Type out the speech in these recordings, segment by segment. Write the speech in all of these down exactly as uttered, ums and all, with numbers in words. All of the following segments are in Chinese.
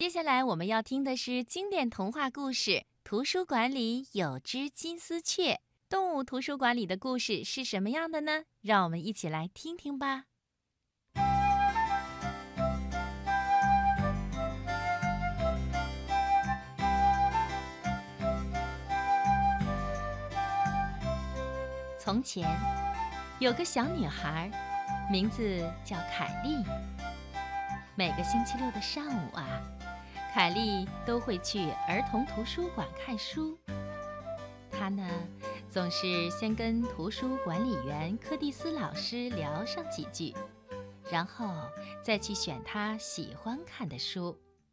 接下来我们要听的是经典童话故事《图书馆里有只金丝雀》。动物图书馆里的故事是什么样的呢？让我们一起来听听吧。从前有个小女孩，名字叫凯莉。每个星期六的上午啊，凯莉都会去儿童图书馆看书。她呢，总是先跟图书管理员柯蒂斯老师聊上几句，然后再去选她喜欢看的书。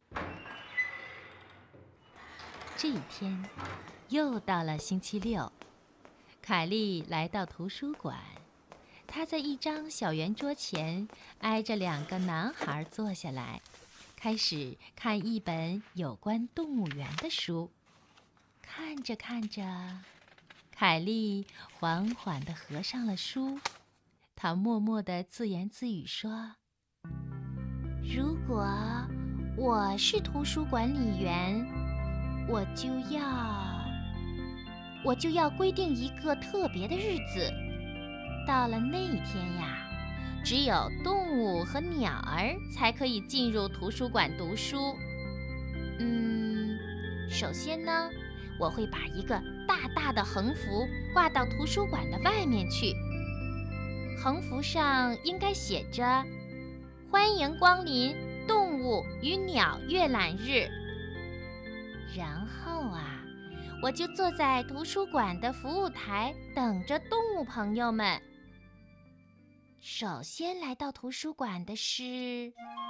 这一天又到了星期六，凯莉来到图书馆，她在一张小圆桌前挨着两个男孩坐下来，开始看一本有关动物园的书。看着看着，凯莉缓缓地合上了书，她默默地自言自语说：如果我是图书管理员，我就要我就要规定一个特别的日子。到了那一天呀，只有动物和鸟儿才可以进入图书馆读书。嗯，首先呢，我会把一个大大的横幅挂到图书馆的外面去。横幅上应该写着：欢迎光临动物与鸟阅览日。然后啊，我就坐在图书馆的服务台，等着动物朋友们。首先来到图书馆的是……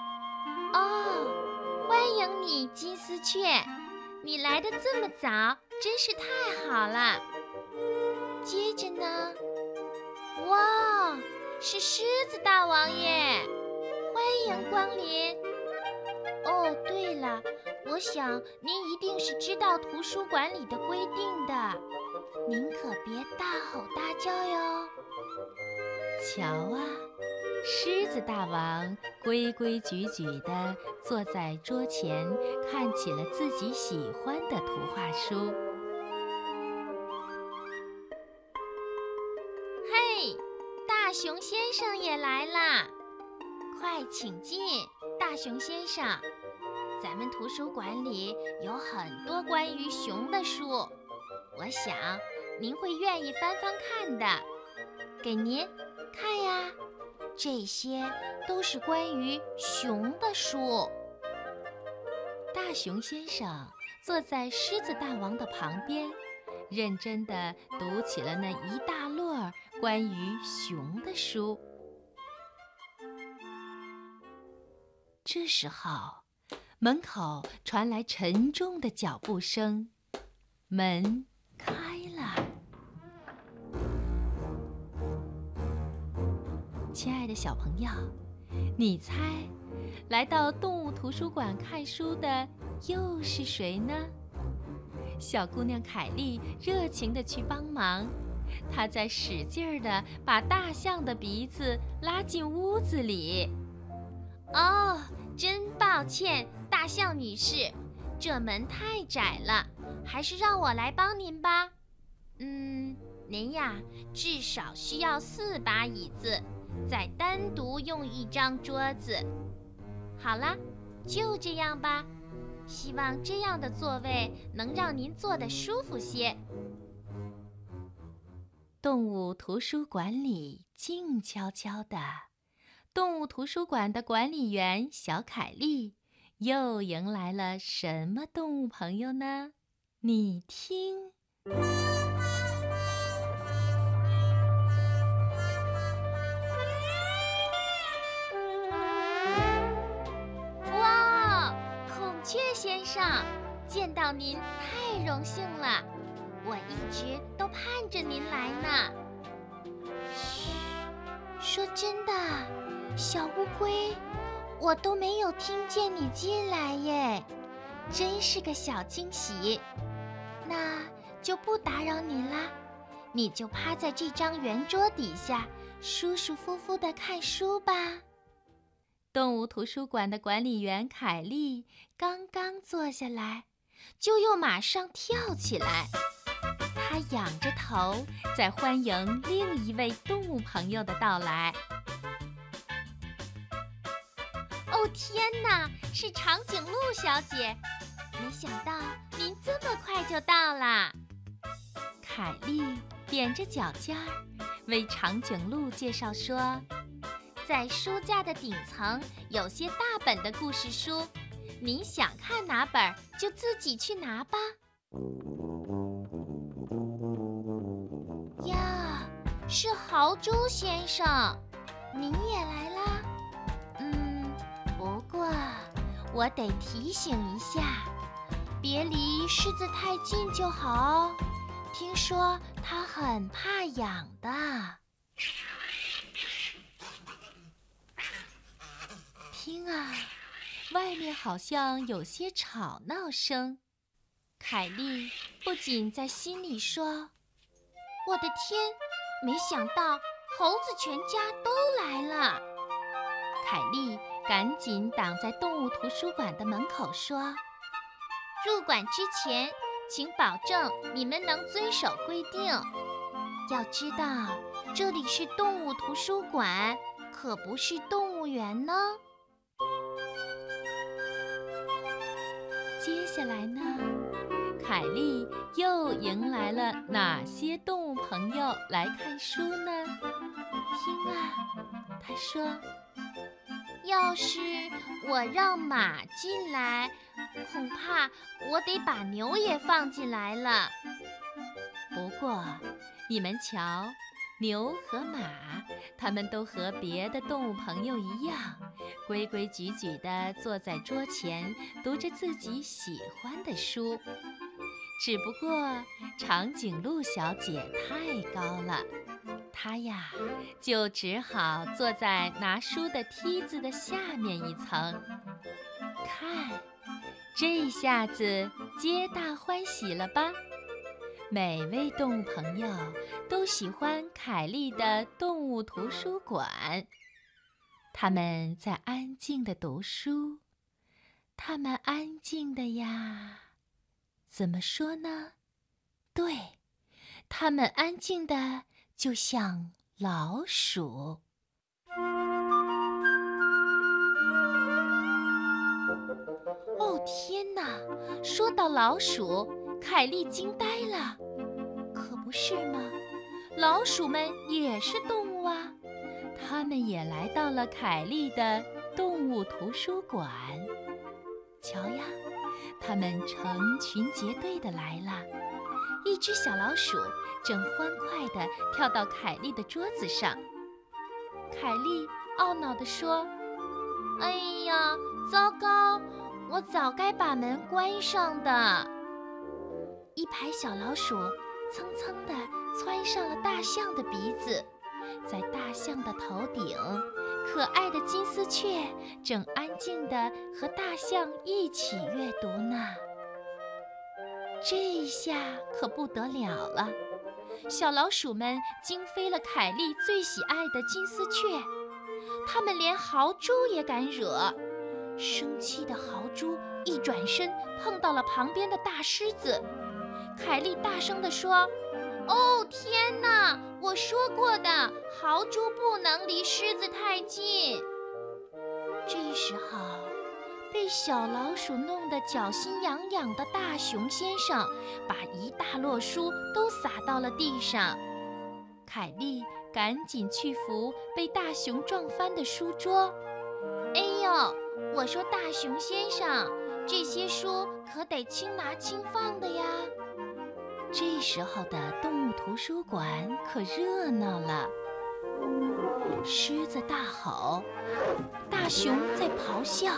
哦，欢迎你，金丝雀！你来得这么早，真是太好了。接着呢，哇，是狮子大王耶！欢迎光临。哦，对了，我想您一定是知道图书馆里的规定的，您可别大吼大叫哟。瞧啊，狮子大王规规矩矩地坐在桌前，看起了自己喜欢的图画书。嘿，大熊先生也来啦！快请进，大熊先生。咱们图书馆里有很多关于熊的书，我想您会愿意翻翻看的。给您看呀，这些都是关于熊的书。大熊先生坐在狮子大王的旁边，认真地读起了那一大摞关于熊的书。这时候，门口传来沉重的脚步声，门开了。亲爱的小朋友，你猜，来到动物图书馆看书的又是谁呢？小姑娘凯莉热情地去帮忙，她在使劲儿地把大象的鼻子拉进屋子里。哦，真抱歉，大象女士，这门太窄了，还是让我来帮您吧。嗯，您呀，至少需要四把椅子，再单独用一张桌子。好了，就这样吧。希望这样的座位能让您坐得舒服些。动物图书馆里静悄悄的。动物图书馆的管理员小凯莉又迎来了什么动物朋友呢？你听，哇，孔雀先生，见到您太荣幸了，我一直都盼着您来呢。嘘，说真的，小乌龟，我都没有听见你进来耶，真是个小惊喜。那就不打扰你啦，你就趴在这张圆桌底下，舒舒服服地看书吧。 动物图书馆的管理员凯莉刚刚坐下来，就又马上跳起来。她仰着头，在欢迎另一位动物朋友的到来。哦天哪，是长颈鹿小姐！没想到您这么快就到啦。凯莉踮着脚尖儿，为长颈鹿介绍说，在书架的顶层有些大本的故事书，您想看哪本就自己去拿吧。呀，是豪猪先生，您也来啦？嗯，不过我得提醒一下，别离狮子太近就好哦，听说它很怕痒的。听啊，外面好像有些吵闹声。凯莉不仅在心里说：“我的天，没想到猴子全家都来了。”凯莉赶紧挡在动物图书馆的门口说：“入馆之前，请保证你们能遵守规定。要知道，这里是动物图书馆，可不是动物园呢。”接下来呢，凯莉又迎来了哪些动物朋友来看书呢？听啊，她说：“要是我让马进来，恐怕我得把牛也放进来了。不过，你们瞧，牛和马，它们都和别的动物朋友一样，规规矩矩地坐在桌前，读着自己喜欢的书。只不过长颈鹿小姐太高了，她呀，就只好坐在拿书的梯子的下面一层。看，这下子皆大欢喜了吧？每位动物朋友都喜欢凯莉的动物图书馆。他们在安静地读书，他们安静的呀，怎么说呢？对，他们安静的就像老鼠。哦天哪！说到老鼠，凯莉惊呆了。可不是吗？老鼠们也是动物啊，它们也来到了凯莉的动物图书馆。瞧呀，它们成群结队地来了。一只小老鼠正欢快地跳到凯莉的桌子上。凯莉懊恼地说：“哎呀，糟糕！我早该把门关上的。”一排小老鼠蹭蹭地窜上了大象的鼻子，在大象的头顶，可爱的金丝雀正安静地和大象一起阅读呢。这下可不得了了，小老鼠们惊飞了凯莉最喜爱的金丝雀，它们连豪猪也敢惹。生气的豪猪一转身碰到了旁边的大狮子。凯莉大声地说：“哦天哪，我说过的，豪猪不能离狮子太近。”这时候，被小老鼠弄得脚心痒痒的大熊先生把一大摞书都撒到了地上。凯莉赶紧去扶被大熊撞翻的书桌。“哎呦，我说大熊先生，这些书可得轻拿轻放的呀。”这时候的动物图书馆可热闹了。狮子大吼，大熊在咆哮，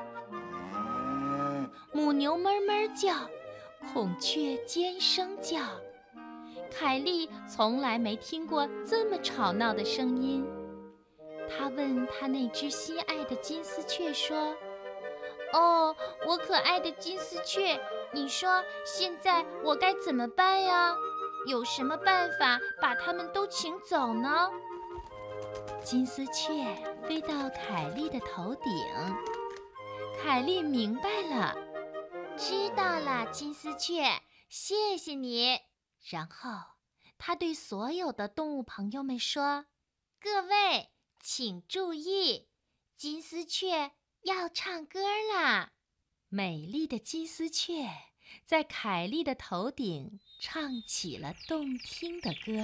母牛哞哞叫，孔雀尖声叫。凯莉从来没听过这么吵闹的声音。她问她那只心爱的金丝雀说：“哦，我可爱的金丝雀，你说现在我该怎么办呀？有什么办法把它们都请走呢？”金丝雀飞到凯莉的头顶。凯莉明白了， 知道了，金丝雀，谢谢你。 然后她对所有的动物朋友们说：“ 各位，请注意，金丝雀要唱歌啦！” 美丽的金丝雀在凯莉的头顶唱起了动听的歌。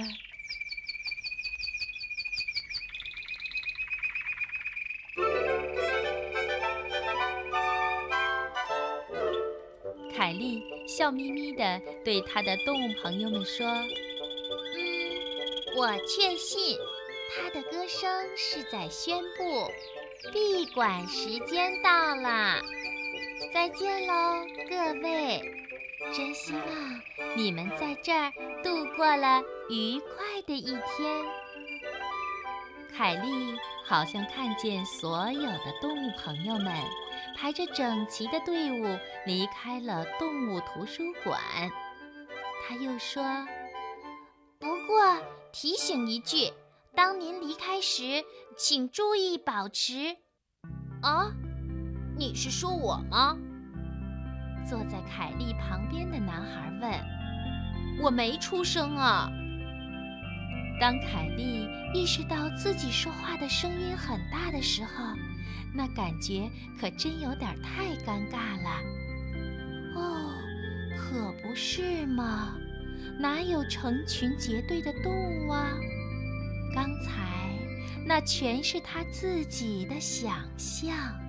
凯莉笑眯眯地对她的动物朋友们说：“ 嗯，我确信，它的歌声是在宣布，闭馆时间到了。再见喽，各位！真希望你们在这儿度过了愉快的一天。” 凯莉好像看见所有的动物朋友们排着整齐的队伍离开了动物图书馆。她又说：“ 不过提醒一句，当您离开时，请注意保持……啊，你是说我吗？” 坐在凯莉旁边的男孩问：“ 我没出声啊。” 当凯莉意识到自己说话的声音很大的时候，那感觉可真有点太尴尬了。哦，可不是嘛，哪有成群结队的动物啊？刚才那全是她自己的想象。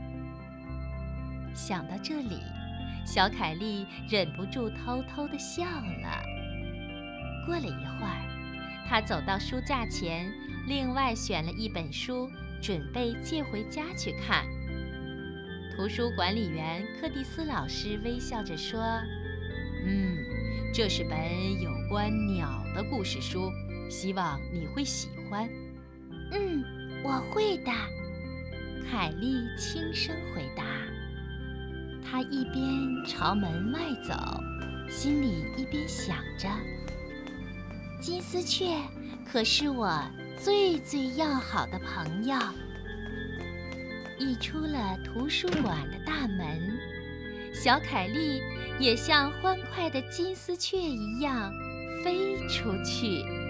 想到这里，小凯莉忍不住偷偷地笑了。过了一会儿，她走到书架前，另外选了一本书，准备借回家去看。图书管理员柯蒂斯老师微笑着说：“嗯，这是本有关鸟的故事书，希望你会喜欢。”“ 嗯，我会的。” 凯莉轻声回答。她一边朝门外走，心里一边想着：“金丝雀可是我最最要好的朋友。”一出了图书馆的大门，小凯莉也像欢快的金丝雀一样飞出去。